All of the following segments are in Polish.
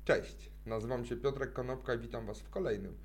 Cześć, nazywam się Piotrek Konopka i witam Was w kolejnym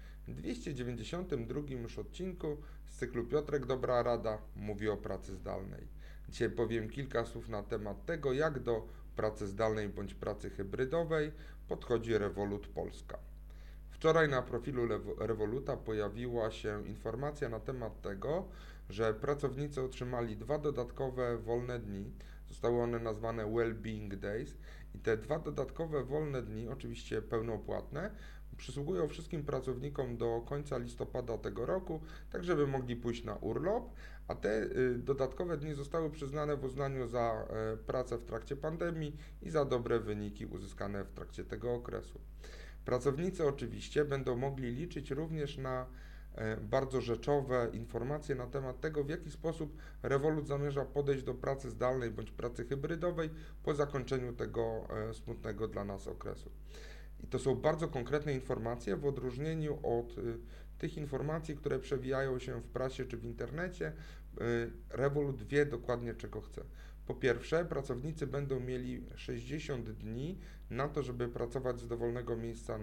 292 już odcinku z cyklu Piotrek Dobra Rada mówi o pracy zdalnej. Dzisiaj powiem kilka słów na temat tego, jak do pracy zdalnej bądź pracy hybrydowej podchodzi Revolut Polska. Wczoraj na profilu Revoluta pojawiła się informacja na temat tego, że pracownicy otrzymali 2 dodatkowe wolne dni. Zostały one nazwane Wellbeing Days i te 2 dodatkowe wolne dni, oczywiście pełnopłatne, przysługują wszystkim pracownikom do końca listopada tego roku, tak żeby mogli pójść na urlop, a te dodatkowe dni zostały przyznane w uznaniu za pracę w trakcie pandemii i za dobre wyniki uzyskane w trakcie tego okresu. Pracownicy oczywiście będą mogli liczyć również na bardzo rzeczowe informacje na temat tego, w jaki sposób Revolut zamierza podejść do pracy zdalnej bądź pracy hybrydowej po zakończeniu tego smutnego dla nas okresu. I to są bardzo konkretne informacje w odróżnieniu od tych informacji, które przewijają się w prasie czy w internecie. Revolut wie dokładnie, czego chce. Po pierwsze, pracownicy będą mieli 60 dni na to, żeby pracować z dowolnego miejsca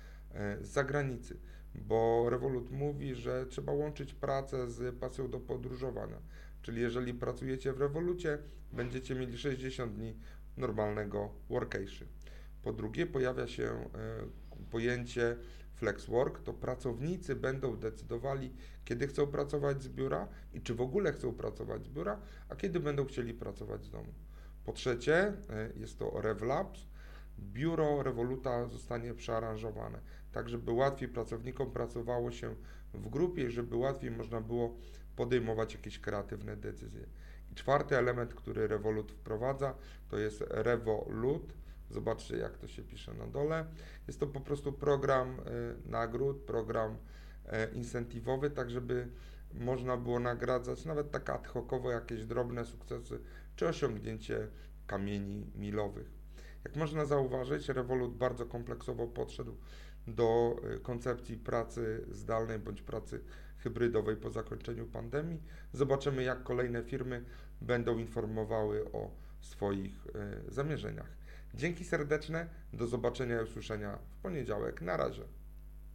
z zagranicy, bo Revolut mówi, że trzeba łączyć pracę z pasją do podróżowania. Czyli jeżeli pracujecie w Revolucie, będziecie mieli 60 dni normalnego workation. Po drugie, pojawia się pojęcie flexwork, to pracownicy będą decydowali, kiedy chcą pracować z biura i czy w ogóle chcą pracować z biura, a kiedy będą chcieli pracować z domu. Po trzecie, jest to RevLabs. Biuro Revoluta zostanie przearanżowane, tak żeby łatwiej pracownikom pracowało się w grupie i żeby łatwiej można było podejmować jakieś kreatywne decyzje. I czwarty element, który Revolut wprowadza, to jest Revolut. Zobaczcie, jak to się pisze na dole. Jest to po prostu program nagród, program incentywowy, tak żeby można było nagradzać nawet tak ad hocowo jakieś drobne sukcesy czy osiągnięcie kamieni milowych. Jak można zauważyć, Revolut bardzo kompleksowo podszedł do koncepcji pracy zdalnej bądź pracy hybrydowej po zakończeniu pandemii. Zobaczymy, jak kolejne firmy będą informowały o swoich zamierzeniach. Dzięki serdeczne, do zobaczenia i usłyszenia w poniedziałek. Na razie.